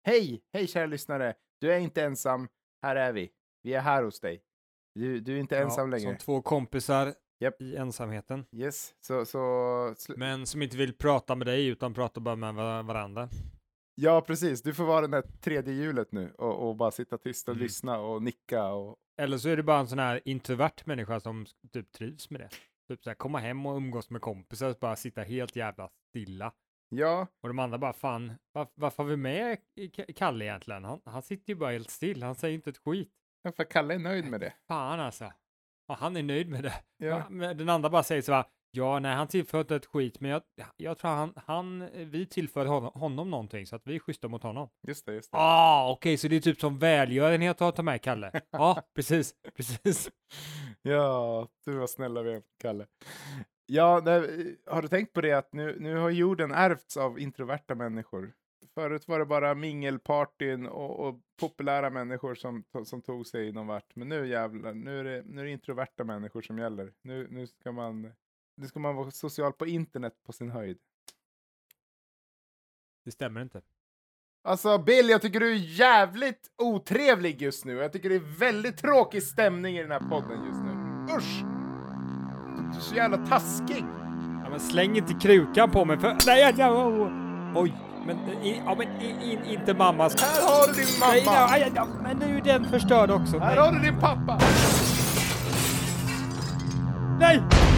Hej kära lyssnare. Du är inte ensam. Här är vi. Vi är här hos dig. Du är inte ensam längre. Som två kompisar Japp. i ensamheten. Yes, Men som inte vill prata med dig utan pratar bara med varandra. Ja, precis. Du får vara den där tredje hjulet nu och bara sitta tyst och Mm. lyssna och nicka och... Eller så är det bara en sån här introvert människa som typ trivs med det. Typ så här, komma hem och umgås med kompisar och bara sitta helt jävla stilla. Ja, Och de andra bara, fan, varför har vi med Kalle egentligen? Han sitter ju bara helt still, han säger inte ett skit. för Kalle är nöjd med det. Fan alltså. Ja, han är nöjd med det. Ja. Ja, men den andra bara säger så här, ja, nej, han tillför inte ett skit, men jag tror vi tillför honom någonting, så att vi är schyssta mot honom. Just det. Okej, så det är typ som välgörenhet att ta med Kalle. Ja, precis. Ja, du var snälla med Kalle. Ja, har du tänkt på det att nu har jorden ärvts av introverta människor? Förut var det bara mingelpartyn och populära människor som tog sig någon vart. Men nu jävlar, nu är det introverta människor som gäller. Nu ska man vara social på internet på sin höjd. Det stämmer inte. Alltså Bill, jag tycker du är jävligt otrevlig just nu. Jag tycker det är väldigt tråkig stämning i den här podden just nu. Usch! Du är så jävla taskig. Ja, men släng inte krukan på mig för... Nej, oj. Inte mammas... Här har du din mamma! Nej, men nu är den förstörd också. Här har du din pappa! Nej!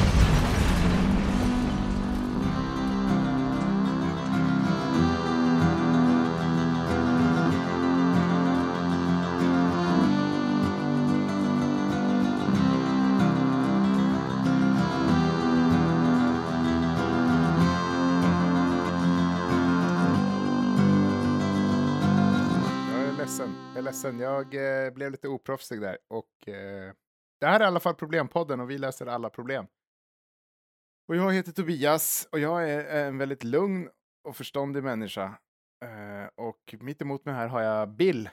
Jag är ledsen. Jag blev lite oproffsig där. Och det här är i alla fall Problempodden och vi löser alla problem. Och jag heter Tobias och jag är en väldigt lugn och förståndig människa. Och mitt emot mig här har jag Bill.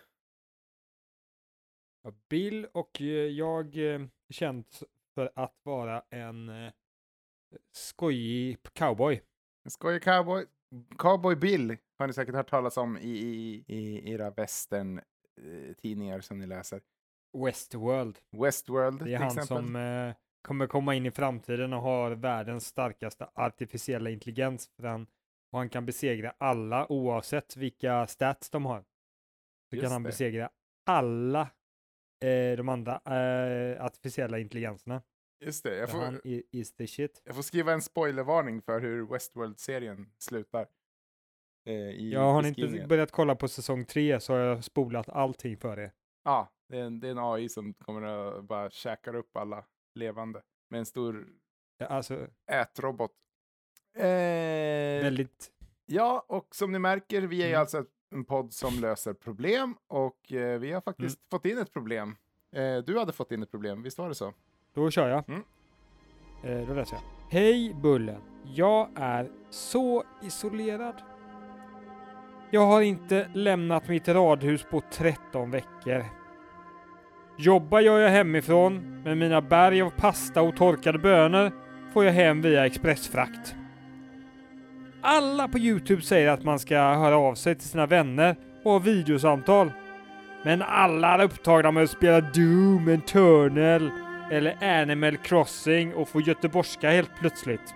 Ja, Bill och jag känt för att vara en skojig cowboy. En skojig cowboy. Cowboy Bill har ni säkert hört talas om i era western-tidningar som ni läser. Westworld. Westworld Det är till han exempel. som kommer komma in i framtiden och har världens starkaste artificiella intelligens. Och han kan besegra alla oavsett vilka stats de har. Så Just kan han det. besegra alla de andra artificiella intelligenserna. Just det, Han is the shit. jag får skriva en spoilervarning för hur Westworld-serien slutar. Jag har inte börjat kolla på säsong 3 så har jag spolat allting för det. Ja, det är en AI som kommer att bara käkar upp alla levande. Med en stor Alltså, ätrobot. väldigt... Ja, och som ni märker, vi är ju alltså en podd som löser problem. Och vi har faktiskt fått in ett problem. Du hade fått in ett problem, visst var det så? Då kör jag. Då läser jag. Hej Bullen. Jag är så isolerad. Jag har inte lämnat mitt radhus på 13 veckor. Jobbar gör jag hemifrån, men mina berg av pasta och torkade bönor får jag hem via expressfrakt. Alla på YouTube säger att man ska höra av sig till sina vänner och ha videosamtal. Men alla är upptagna med att spela Doom Eternal eller Animal Crossing och få göteborgska helt plötsligt.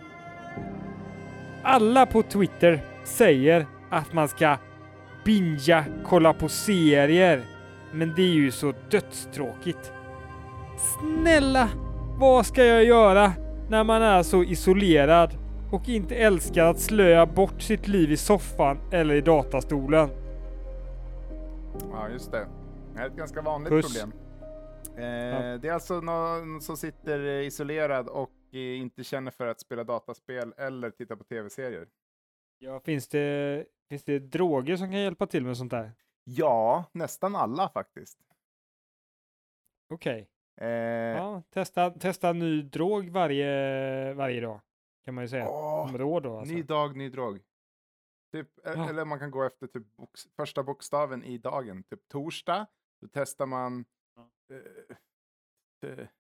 Alla på Twitter säger att man ska kolla på serier. Men det är ju så dödstråkigt. Snälla, vad ska jag göra när man är så isolerad och inte älskar att slöa bort sitt liv i soffan eller i datastolen? Ja, just det. Det är ett ganska vanligt problem. Det är alltså någon som sitter isolerad och inte känner för att spela dataspel eller titta på tv-serier. Ja, finns det droger som kan hjälpa till med sånt där? Ja, nästan alla faktiskt. Okej. Ja, testa en ny drog varje dag. Kan man ju säga. Råd då, alltså. Ny dag, ny drog. Typ, eller man kan gå efter typ första bokstaven i dagen. Typ torsdag, då testar man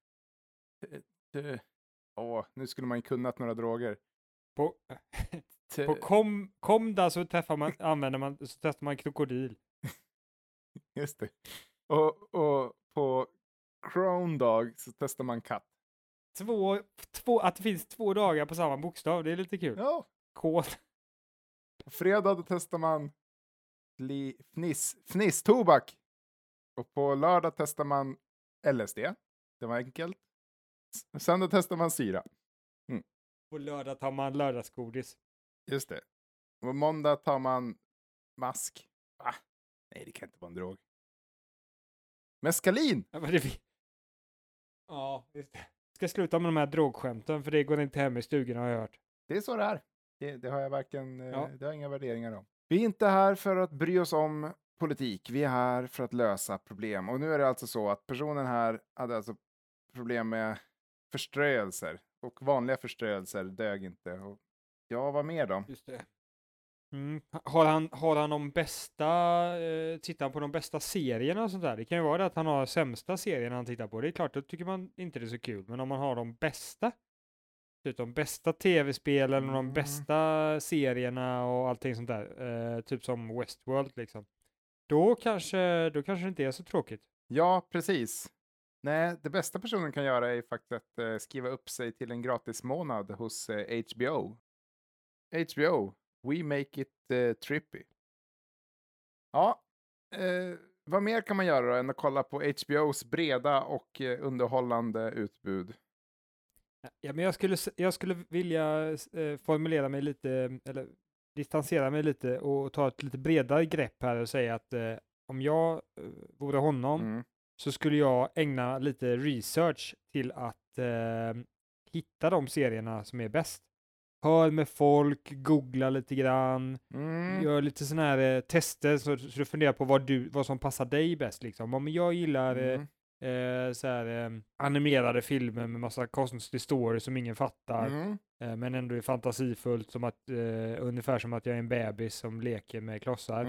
nu skulle man ju kunnat några droger. På Komda så testar man krokodil. Just det. Och på Chrome Dog så testar man katt. Att det finns 2 dagar på samma bokstav, det är lite kul. Ja. K. På fredag då testar man fnisstobak. Och på lördag testar man LSD. Det var enkelt. Sen då testar man syra. På lördag tar man lördagsgodis. Just det. Och måndag tar man mask. Nej, det kan inte vara en drog. Meskalin! Ja, just det. Ska sluta med de här drogskämten, för det går inte hem i stugan, har jag hört. Det är så det är. Det har jag varken, Ja. det har inga värderingar om. Vi är inte här för att bry oss om politik. Vi är här för att lösa problem. Och nu är det alltså så att personen här hade alltså problem med förströelser. Och vanliga förströelser dög inte. Och ja, vad mer då? Just det. Har han de bästa, tittar han på de bästa serierna och sånt där? Det kan ju vara det att han har sämsta serierna han tittar på. Det är klart, då tycker man inte det är så kul. Men om man har de bästa, typ de bästa tv-spelen och de bästa serierna och allting sånt där, typ som Westworld liksom. Då kanske det inte är så tråkigt. Ja, precis. Nej, det bästa personen kan göra är faktiskt att skriva upp sig till en gratis månad hos HBO. HBO, we make it trippy. Ja, vad mer kan man göra då än att kolla på HBOs breda och underhållande utbud? Ja, men jag skulle vilja formulera mig lite, eller distansera mig lite och ta ett lite bredare grepp här och säga att om jag vore honom så skulle jag ägna lite research till att hitta de serierna som är bäst. Hör med folk, googla lite grann, gör lite sådana här tester så du funderar på vad som passar dig bäst liksom. Om jag gillar så här, animerade filmer med massa konstig story som ingen fattar, men ändå är fantasifullt, som att, ungefär som att jag är en bebis som leker med klossar.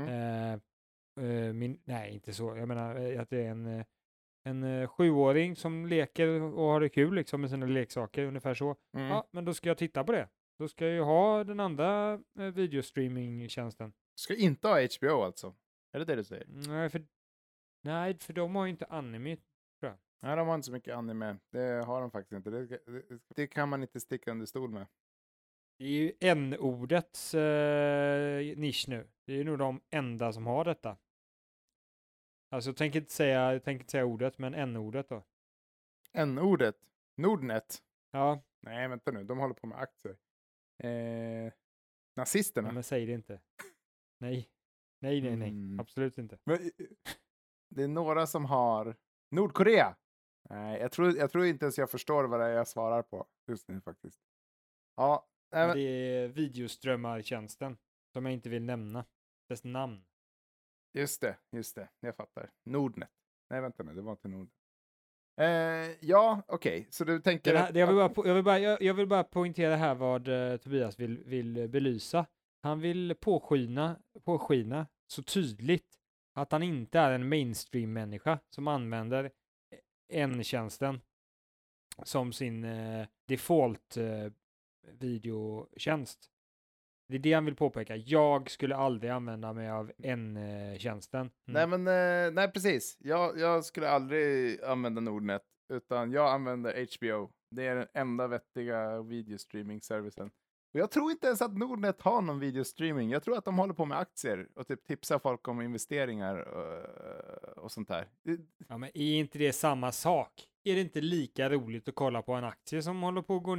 Nej, inte så. Jag menar att det är en 7-åring som leker och har det kul liksom med sina leksaker, ungefär så. Ja, men då ska jag titta på det. Då ska jag ju ha den andra videostreamingtjänsten. Ska inte ha HBO alltså? Är det du säger? Nej, för de har ju inte anime, tror jag. Nej, de har inte så mycket anime. Det har de faktiskt inte. Det kan man inte sticka under stol med. Det är ju n-ordets nisch nu. Det är ju nog de enda som har detta. Alltså jag tänker inte säga ordet, men n-ordet då. N-ordet? Nordnet? Ja. Nej, vänta nu. De håller på med aktier. Nazisterna? Ja, men säg det inte. Nej. Absolut inte. Men, det är några som har... Nordkorea! Nej, jag tror inte ens jag förstår vad det är jag svarar på just nu faktiskt. Ja. Det är videoströmmartjänsten som jag inte vill nämna. Dess namn. Just det. Jag fattar. Nordnet. Nej, vänta nu. Det var inte Nordnet. Ja, okej. Så du tänker... Jag vill bara poängtera här vad Tobias vill belysa. Han vill påskina så tydligt att han inte är en mainstream-människa som använder n-tjänsten som sin default videotjänst. Det är det han vill påpeka. Jag skulle aldrig använda mig av n-tjänsten. Nej, precis. Jag skulle aldrig använda Nordnet, utan jag använder HBO. Det är den enda vettiga videostreaming-servicen. Och jag tror inte ens att Nordnet har någon videostreaming. Jag tror att de håller på med aktier och typ tipsar folk om investeringar och sånt där. Ja, men är inte det samma sak? Är det inte lika roligt att kolla på en aktie som håller på att gå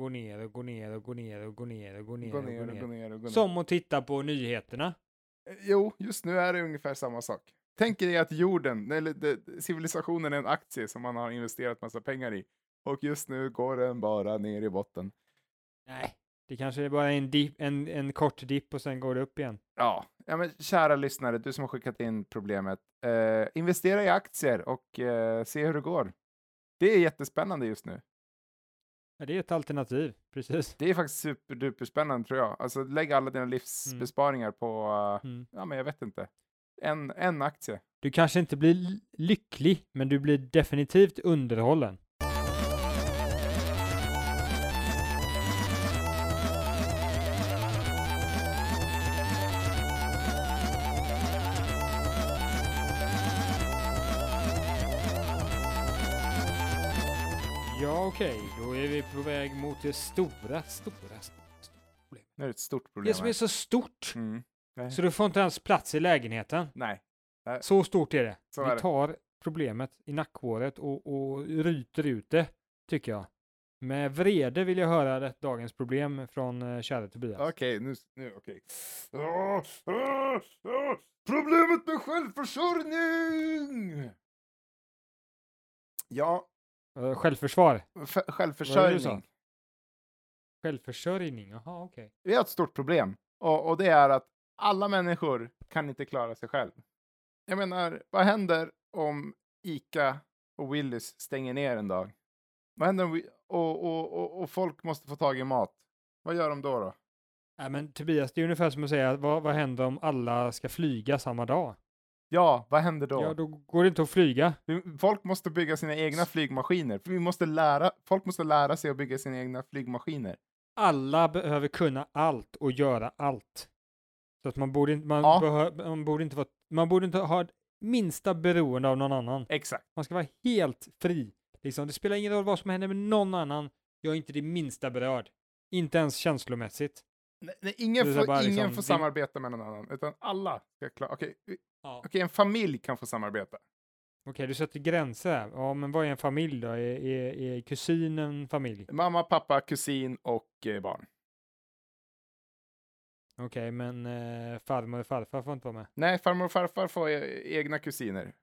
ner? Som att titta på nyheterna? Jo, just nu är det ungefär samma sak. Tänk dig att jorden, eller civilisationen är en aktie som man har investerat massa pengar i. Och just nu går den bara ner i botten. Nej. Det kanske är bara en kort dipp och sen går det upp igen. Ja, men kära lyssnare, du som har skickat in problemet. Investera i aktier och se hur det går. Det är jättespännande just nu. Ja, det är ett alternativ, precis. Det är faktiskt superduper spännande, tror jag. Alltså lägg alla dina livsbesparingar på, ja men jag vet inte, en aktie. Du kanske inte blir lycklig, men du blir definitivt underhållen. Ja, okej. Då är vi på väg mot det stora problemet. Nu är det ett stort problem Det som är här. så stort, Mm. Nej. så du får inte ens plats i lägenheten. Nej. Så stort är det. Så är Vi det. tar problemet i nackhåret och ryter ut det, tycker jag. Med vrede vill jag höra dagens problem från kära Tobias. Okej, nu okej. Problemet med självförsörjning! Ja, Självförsvar. självförsörjning. Självförsörjning, jaha okej. Vi har ett stort problem. Och det är att alla människor kan inte klara sig själv. Jag menar, vad händer om Ica och Willys stänger ner en dag? Vad händer om och folk måste få tag i mat? Vad gör de då? Nej men Tobias, det är ungefär som att säga, vad händer om alla ska flyga samma dag? Ja, vad händer då? Ja, då går det inte att flyga. Folk måste bygga sina egna flygmaskiner. Folk måste lära sig att bygga sina egna flygmaskiner. Alla behöver kunna allt och göra allt. Så att man borde inte ha minsta beroende av någon annan. Exakt. Man ska vara helt fri. Liksom, det spelar ingen roll vad som händer med någon annan. Jag är inte det minsta berörd. Inte ens känslomässigt. Nej, ingen får liksom, samarbeta med någon annan, utan alla ska klara. Okej, Ja. en familj kan få samarbeta. Okej, du sätter gränser här. Ja, men vad är en familj då? Är kusin en familj? Mamma, pappa, kusin och barn. Okej, men farmor och farfar får inte vara med. Nej, farmor och farfar får egna kusiner.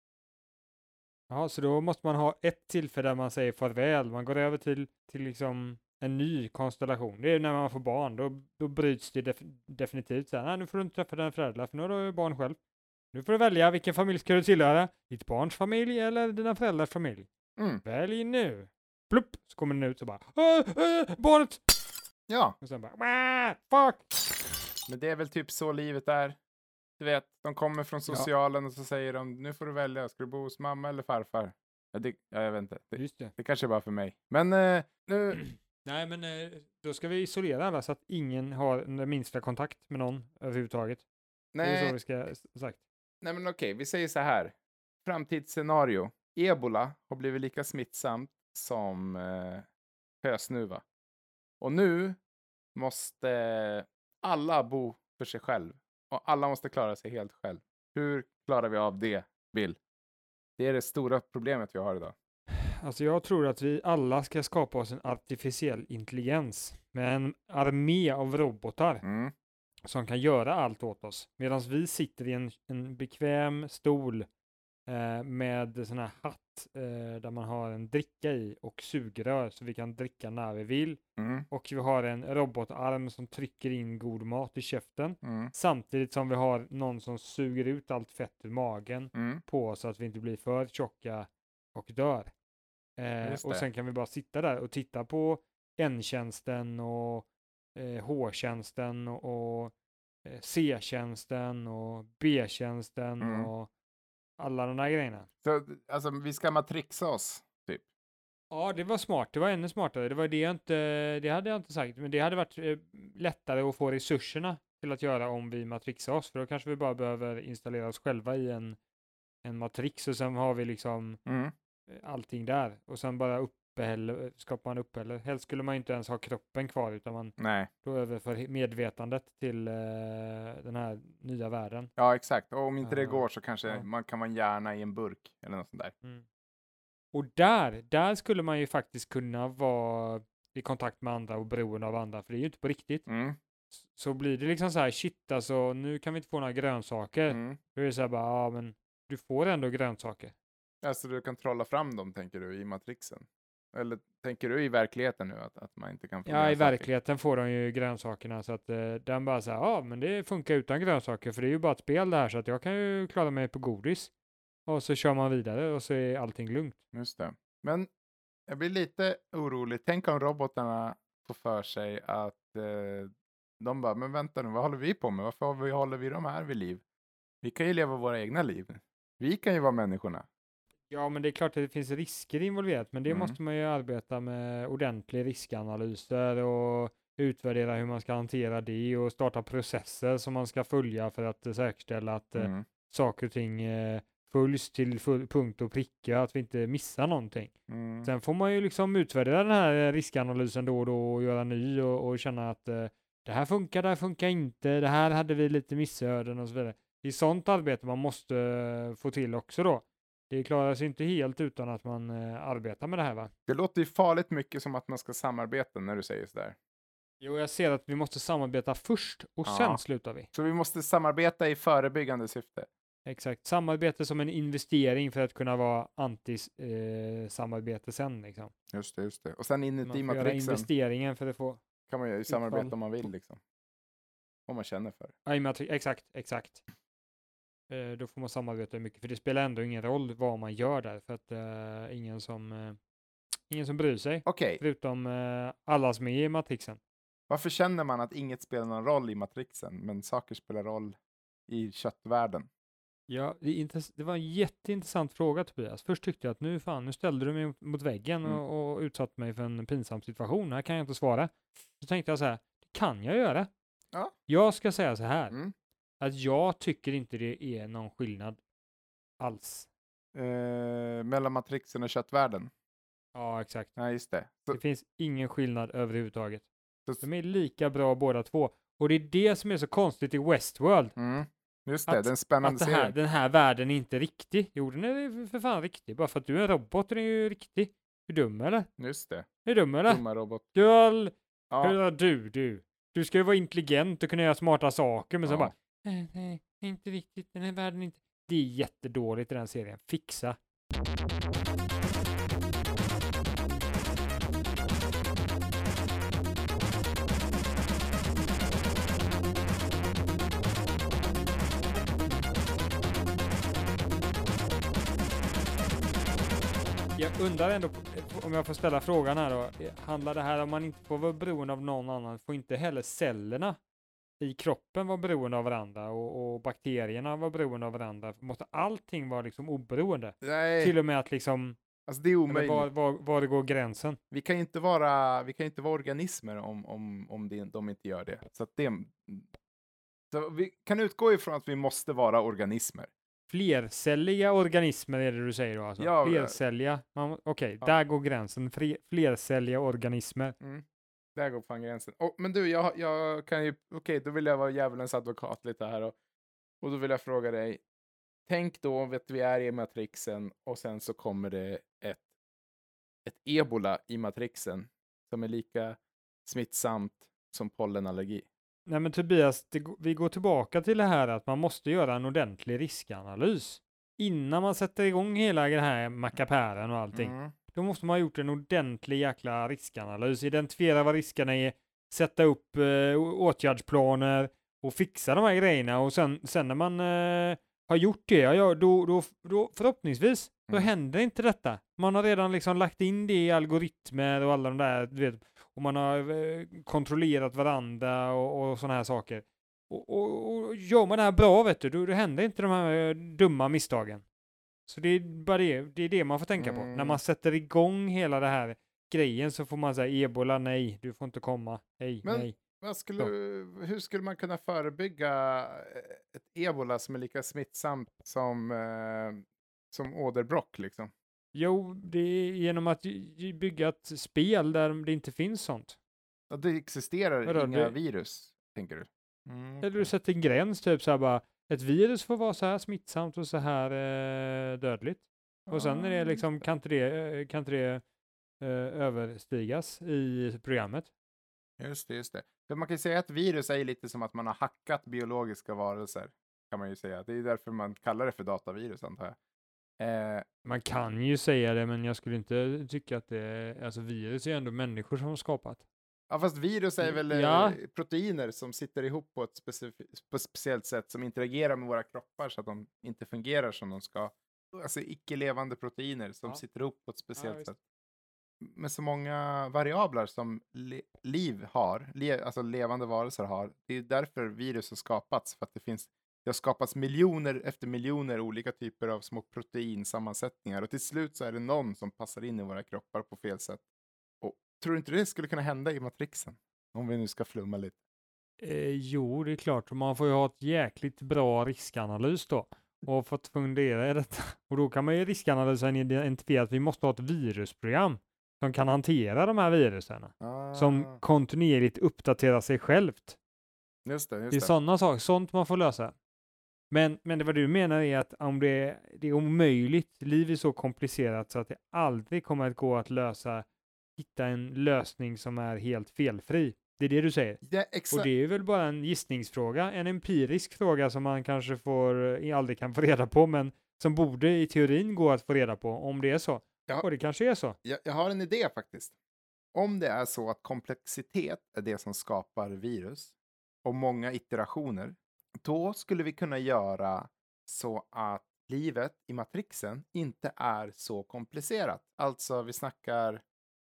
Ja, så då måste man ha ett tillfälle där man säger farväl. Man går över till liksom en ny konstellation. Det är när man får barn. Då bryts det definitivt. Så här, nej, nu får du inte träffa dina föräldrar, för nu har du barn själv. Nu får du välja vilken familj ska du tillhöra. Ditt barns familj eller dina föräldrars familj. Välj nu. Plupp, så kommer den ut och bara barnet! Ja. Och sen bara fuck! Men det är väl typ så livet är. Du vet, de kommer från socialen och så säger de, nu får du välja, ska du bo hos mamma eller farfar? Jag vet inte. Just det. Det kanske är bara för mig. Men nu... Nej, men då ska vi isolera alla så att ingen har den minsta kontakt med någon överhuvudtaget. Nej. Det är så vi ska sagt. Nej, men okej, vi säger så här. Framtidsscenario. Ebola har blivit lika smittsamt som hösnuva. Och nu måste alla bo för sig själv. Och alla måste klara sig helt själv. Hur klarar vi av det, Bill? Det är det stora problemet vi har idag. Alltså jag tror att vi alla ska skapa oss en artificiell intelligens med en armé av robotar som kan göra allt åt oss. Medan vi sitter i en bekväm stol med sån här hatt där man har en dricka i och sugrör så vi kan dricka när vi vill. Och vi har en robotarm som trycker in god mat i käften samtidigt som vi har någon som suger ut allt fett ur magen på så att vi inte blir för tjocka och dör. Och sen kan vi bara sitta där och titta på N-tjänsten och H-tjänsten och C-tjänsten och B-tjänsten och alla de där grejerna. Så alltså, vi ska matrixa oss, typ. Ja, det var smart. Det var ännu smartare. Det hade jag inte sagt. Men det hade varit lättare att få resurserna till att göra om vi matrixar oss. För då kanske vi bara behöver installera oss själva i en matrix och sen har vi liksom allting där. Och sen bara skapar man upp eller helst skulle man inte ens ha kroppen kvar utan man då överför medvetandet till den här nya världen. Ja, exakt. Och om inte det går så kanske man kan vara en hjärna i en burk eller något sånt där. Och där skulle man ju faktiskt kunna vara i kontakt med andra och beroende av andra, för det är ju inte på riktigt. Så blir det liksom så här, shit alltså, nu kan vi inte få några grönsaker. Då är det så här bara, men du får ändå grönsaker. Alltså du kan trolla fram dem, tänker du, i matrixen? Eller tänker du i verkligheten nu att man inte kan få grönsaker? I verkligheten får de ju grönsakerna så att den bara säger, men det funkar utan grönsaker för det är ju bara ett spel det här så att jag kan ju klara mig på godis. Och så kör man vidare och så är allting lugnt. Just det. Men jag blir lite orolig. Tänk om robotarna får för sig att de bara, men vänta nu, vad håller vi på med? Varför håller vi de här vid liv? Vi kan ju leva våra egna liv. Vi kan ju vara människorna. Ja, men det är klart att det finns risker involverat, men det måste man ju arbeta med ordentlig riskanalyser och utvärdera hur man ska hantera det och starta processer som man ska följa för att säkerställa att saker och ting följs till punkt och pricka, att vi inte missar någonting. Mm. Sen får man ju liksom utvärdera den här riskanalysen då och då och göra ny och känna att det här funkar inte, det här hade vi lite missöden och så vidare. Det är sånt arbete man måste få till också då. Det klarar sig inte helt utan att man arbetar med det här, va? Det låter ju farligt mycket som att man ska samarbeta när du säger sådär. Jo, jag ser att vi måste samarbeta först och Ja. sen slutar vi. Så vi måste samarbeta i förebyggande syfte. Exakt, samarbete som en investering för att kunna vara samarbete sen liksom. Just det. Och sen Man inuti får göra matrixen investeringen för att få... kan man ju utfall. samarbeta om man vill liksom. Om man känner för det. Ja, exakt. Då får man samarbeta mycket, för det spelar ändå ingen roll vad man gör där, för att ingen som bryr sig, Okej, förutom alla som är i matrixen. varför känner man att inget spelar någon roll i matrixen, men saker spelar roll i köttvärlden? Ja, det var en jätteintressant fråga, Tobias. Först tyckte jag att nu ställde du mig mot väggen och utsatt mig för en pinsam situation. Här kan jag inte svara. Så tänkte jag så här, det kan jag göra. Ja. Jag ska säga så här, Mm. att jag tycker inte det är någon skillnad alls. Mellan matrixen och köttvärlden? Ja, exakt. Nej, just det. Det finns ingen skillnad överhuvudtaget. Så, De är lika bra båda två. Och det är det som är så konstigt i Westworld. just det, Att- det är en spännande Att serie. den här världen är inte riktig. Jo, den är för fan riktig. Bara för att du är en robot är den ju riktig. Är du dum eller? Just det, Är du dum eller? dumma robot. Ja. Du ska ju vara intelligent och kunna göra smarta saker, men så Ja. bara, nej, inte riktigt, den här världen är inte... Det är jättedåligt i den serien. Fixa. Jag undrar ändå om jag får ställa frågan här då. Handlar det här om man inte får vara beroende av någon annan? Får inte heller cellerna i kroppen vara beroende av varandra och bakterierna vara beroende av varandra? Måste allting vara liksom oberoende? Nej, Till och med att liksom, alltså det är eller omöjligt. var det går gränsen? Vi kan ju inte vara organismer om de inte gör det. Så vi kan utgå ifrån att vi måste vara organismer. Flercelliga organismer är det du säger då alltså? Ja, Flercelliga? Okej, ja. där går gränsen. Flercelliga organismer. Där går fan gränsen. Men du, jag kan ju... Okej, då vill jag vara djävulens advokat lite här. Och då vill jag fråga dig. Tänk då, vet vi är i matrixen och sen så kommer det ett ebola i matrixen som är lika smittsamt som pollenallergi. Nej men Tobias, vi går tillbaka till det här att man måste göra en ordentlig riskanalys. Innan man sätter igång hela den här mackapären och allting. Då måste man ha gjort en ordentlig jäkla riskanalys. Identifiera vad riskerna är, sätta upp åtgärdsplaner och fixa de här grejerna. Och sen när man har gjort det, då förhoppningsvis, då händer inte detta. Man har redan liksom lagt in det i algoritmer och alla de där, du vet, och man har kontrollerat varandra och sådana här saker. Och gör man det här bra, vet du, då händer inte de här dumma misstagen. Så det är bara det man får tänka på. När man sätter igång hela det här grejen så får man säga ebola, nej, du får inte komma, nej. Hur skulle man kunna förebygga ett ebola som är lika smittsamt som åderbråck liksom? Jo, det är genom att bygga ett spel där det inte finns sånt. Ja, det existerar inga virus, tänker du? Eller du sätter en gräns, typ så här bara, ett virus får vara så här smittsamt och så här dödligt. Och sen är det liksom, kan inte det överstigas i programmet. Just det. För man kan ju säga att virus är lite som att man har hackat biologiska varelser, kan man ju säga. Det är därför man kallar det för datavirus, antar jag. Man kan ju säga det, men jag skulle inte tycka att alltså virus är ändå människor som har skapat. Ja, fast virus är väl proteiner som sitter ihop på ett speciellt sätt som interagerar med våra kroppar så att de inte fungerar som de ska. Alltså icke-levande proteiner som sitter ihop på ett speciellt sätt. Med så många variabler som liv har, alltså levande varelser har. Det är därför virus har skapats, för att det har skapats miljoner efter miljoner olika typer av små proteinsammansättningar. Och till slut så är det någon som passar in i våra kroppar på fel sätt. Och tror du inte det skulle kunna hända i matrixen? Om vi nu ska flumma lite. Jo, det är klart. Man får ju ha ett jäkligt bra riskanalys då. och fått fundera i detta. Och då kan man ju riskanalysen identifiera att vi måste ha ett virusprogram som kan hantera de här virusen. Som kontinuerligt uppdaterar sig självt. Just det, Det är just det. sådana saker, sånt man får lösa. Men det vad du menar är att om det är omöjligt, livet är så komplicerat så att det aldrig kommer att gå att hitta en lösning som är helt felfri. Det är det du säger. Ja, Och exakt. det är väl bara en gissningsfråga, en empirisk fråga som man kanske aldrig kan få reda på, men som borde i teorin gå att få reda på om det är så. Ja. Och det kanske är så. Jag har en idé faktiskt. Om det är så att komplexitet är det som skapar virus och många iterationer, då skulle vi kunna göra så att livet i matrixen inte är så komplicerat. Alltså vi snackar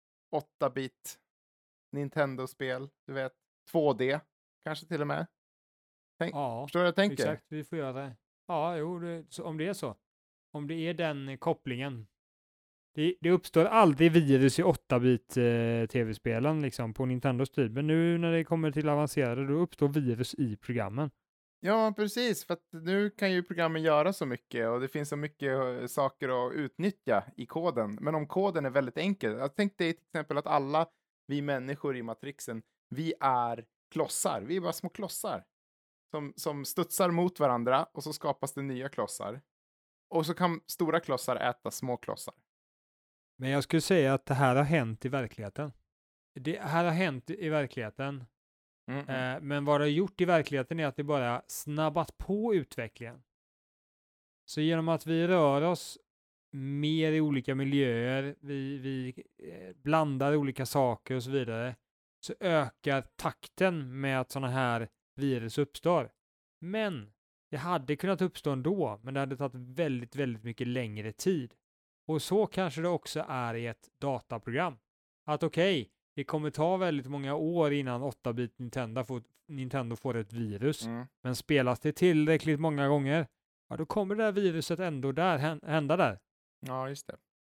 8-bit Nintendo-spel, du vet, 2D kanske till och med. Ja, Förstår du vad jag tänker? exakt. Vi får göra det. Ja, jo, om det är så. Om det är den kopplingen. Det uppstår aldrig virus i 8-bit tv-spelen liksom på Nintendos tid. Men nu när det kommer till avancerade, då uppstår virus i programmen. Ja, precis. För att nu kan ju programmen göra så mycket och det finns så mycket saker att utnyttja i koden. Men om koden är väldigt enkel. Jag tänkte till exempel att alla vi människor i matrixen, vi är klossar. Vi är bara små klossar som studsar mot varandra och så skapas det nya klossar. Och så kan stora klossar äta små klossar. Men jag skulle säga att det här har hänt i verkligheten. Det här har hänt i verkligheten. Men vad det har gjort i verkligheten är att det bara snabbat på utvecklingen. Så genom att vi rör oss mer i olika miljöer, vi blandar olika saker och så vidare, så ökar takten med att sådana här virus uppstår. Men det hade kunnat uppstå ändå, men det hade tagit väldigt, väldigt mycket längre tid. Och så kanske det också är i ett dataprogram. Att okej, det kommer ta väldigt många år innan 8-bit Nintendo får ett virus. Men spelas det tillräckligt många gånger, ja då kommer det här viruset ändå hända där. Ja, just det.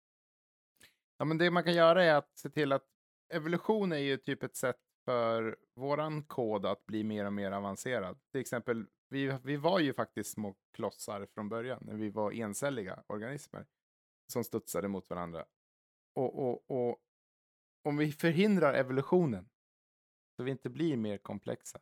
Ja, men det man kan göra är att se till att evolution är ju typ ett sätt för våran kod att bli mer och mer avancerad. Till exempel, vi var ju faktiskt små klossar från början, när vi var encelliga organismer som studsade mot varandra. Och om vi förhindrar evolutionen så vi inte blir mer komplexa.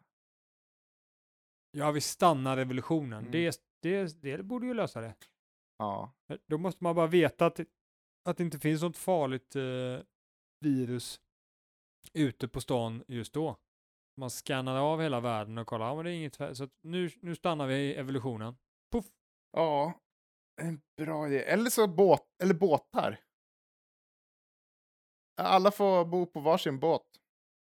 Ja, vi stannar evolutionen. Det borde ju lösa det. Ja. Då måste man bara veta att det inte finns något farligt virus ute på stan just då. Man skannar av hela världen och kollar, men det är inget, så att nu stannar vi i evolutionen. Puff! Ja, en bra idé. Eller så båtar. Alla får bo på varsin båt.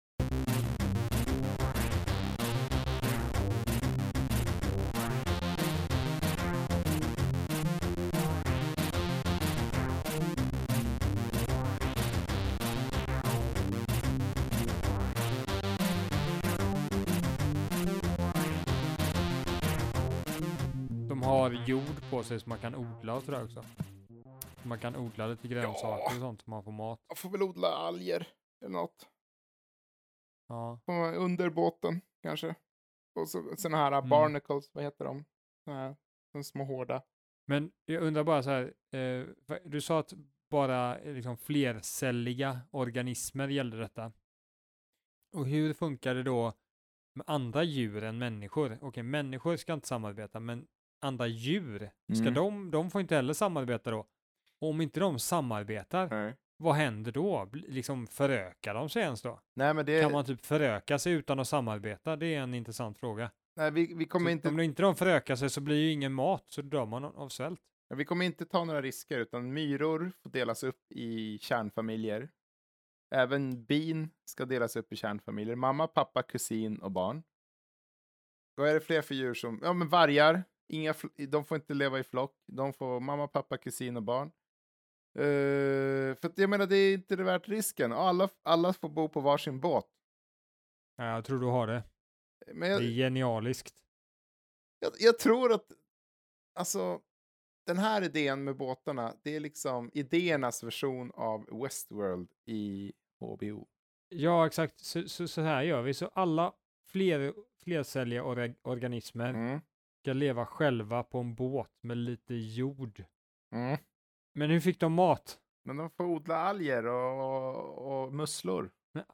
De har jord på sig som man kan odla och sådär också. Man kan odla lite grönsaker och sånt som man får mat. Jag får väl odla alger eller något. Ja. Under båten kanske. Och så såna här barnacles, vad heter de? De små hårda. Men jag undrar bara så här, du sa att bara liksom flercelliga organismer gällde detta. Och hur funkar det då med andra djur än människor? Okej, människor ska inte samarbeta, men andra djur, ska de får inte heller samarbeta då? Och om inte de samarbetar, vad händer då? Liksom förökar de sig ens då? Nej, men Kan man typ föröka sig utan att samarbeta? Det är en intressant fråga. Nej, vi kommer inte... Om inte de förökar sig så blir ju ingen mat, så dör man av svält. Vi kommer inte ta några risker, utan myror får delas upp i kärnfamiljer. Även bin ska delas upp i kärnfamiljer. Mamma, pappa, kusin och barn. Vad är det fler för djur som... Ja, men vargar. De får inte leva i flock. De får mamma, pappa, kusin och barn. För att jag menar, det är inte värt risken. Alla får bo på varsin båt. Ja, jag tror du har det. Men det är genialiskt. Jag tror att... Alltså... Den här idén med båtarna, det är liksom idéernas version av Westworld i HBO. Ja, exakt. Så här gör vi. Så alla flercelliga organismer ska leva själva på en båt med lite jord. Mm. Men hur fick de mat? Men de får odla alger och musslor.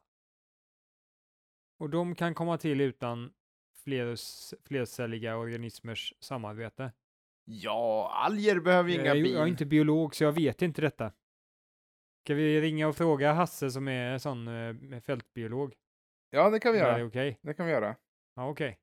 Och de kan komma till utan flercelliga organismers samarbete. Ja, alger behöver ju inga Jag bin. är inte biolog så jag vet inte detta. Ska vi ringa och fråga Hasse som är sån fältbiolog? Ja, det kan vi Det göra. är okej. Det kan vi göra. Ja, okej.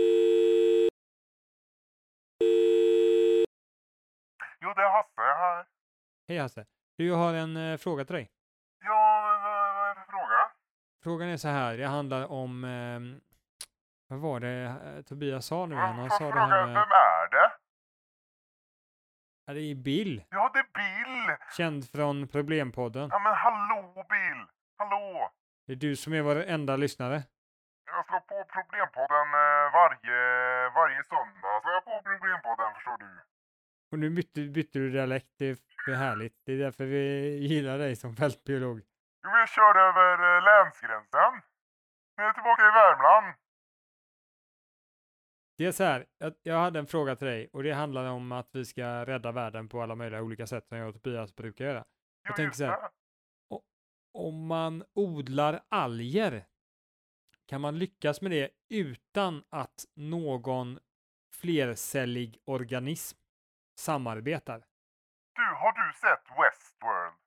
Jo, det är Hasse här. Hej Hasse. Du, jag har en fråga till dig. Ja, vad är det för fråga? Frågan är så här, det handlar om... vad var det Tobias sa nu igen? Han Får sa jag det fråga, här med... vem är det? Ja, det är Bill. Ja, det är Bill. Känd från Problempodden. Ja, men hallå Bill. Hallå. Det är du som är vår enda lyssnare. Jag slår på Problempodden varje söndag. Slår jag på Problempodden, förstår du. Och nu bytte du dialekt. Det är härligt. Det är därför vi gillar dig som fältbiolog. Jo, jag körde över länsgränsen. Nu är jag tillbaka i Värmland. Det är så här, jag hade en fråga till dig och det handlar om att vi ska rädda världen på alla möjliga olika sätt som jag och Tobias brukar göra. Jo, Jag tänker just så här, det. om man odlar alger, kan man lyckas med det utan att någon flercellig organism samarbetar? Du, har du sett Westworld?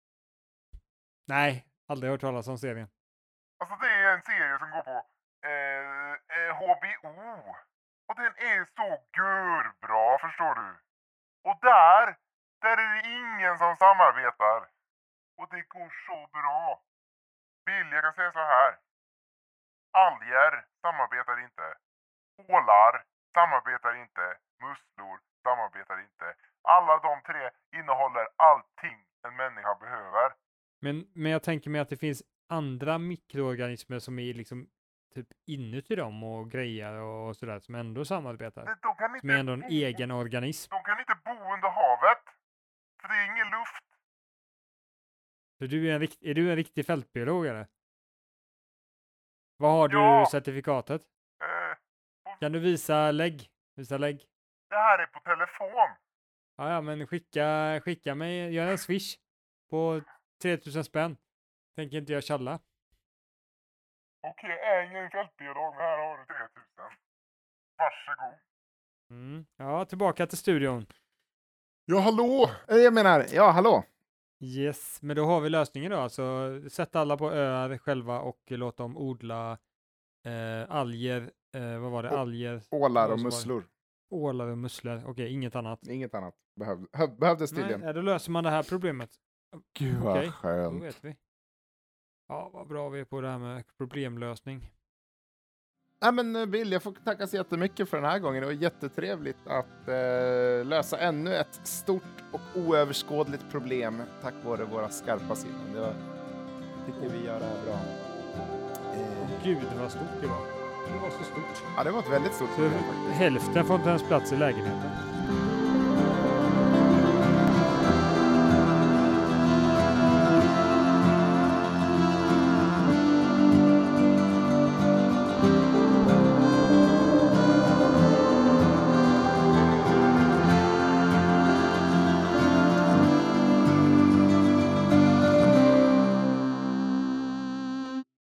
Nej, aldrig hört talas om serien. Alltså det är en serie som går på HBO. Och den är så görbra, förstår du. Och där är det ingen som samarbetar. Och det går så bra. Bill, jag kan säga så här. Alger samarbetar inte. Ålar samarbetar inte. Musslor samarbetar inte. Alla de tre innehåller allting en människa behöver. Men jag tänker mig att det finns andra mikroorganismer som är liksom typ inuti dem och grejer och sådär som ändå samarbetar. De kan inte Som är ändå en bo, egen organism. de kan inte bo under havet. För det är ingen luft. Så är du en riktig fältbiolog eller? Vad har Ja. du certifikatet? Kan du visa lägg? Visa lägg. Det här är på telefon. Ja, men skicka mig, gör en swish på 3000 spänn. Tänker inte jag tjalla. Okej, jag är ingen fältbiolog, men här har du 3000. Varsågod. Ja, tillbaka till studion. Ja, hallå! Jag menar, ja, hallå! Yes, men då har vi lösningen då. Alltså, sätt alla på öar själva och låt dem odla alger. Vad var det? Alger. Ålar vad och var det? musslor. Ålar och musslor. Okej, inget annat. Inget annat behövdes Nej, tydligen. då löser man det här problemet. Gud vad Okej, då skönt. vet vi. Ja, vad bra vi är på det här med problemlösning. Nej men Bill, jag får tacka så jättemycket för den här gången. Det var jättetrevligt att lösa ännu ett stort och oöverskådligt problem tack vare våra skarpa sinnen. Tycker vi gör det här bra. Gud vad stort det var. Det var så stort. Ja, det var ett väldigt stort Så problem faktiskt. hälften får inte ens plats i lägenheten.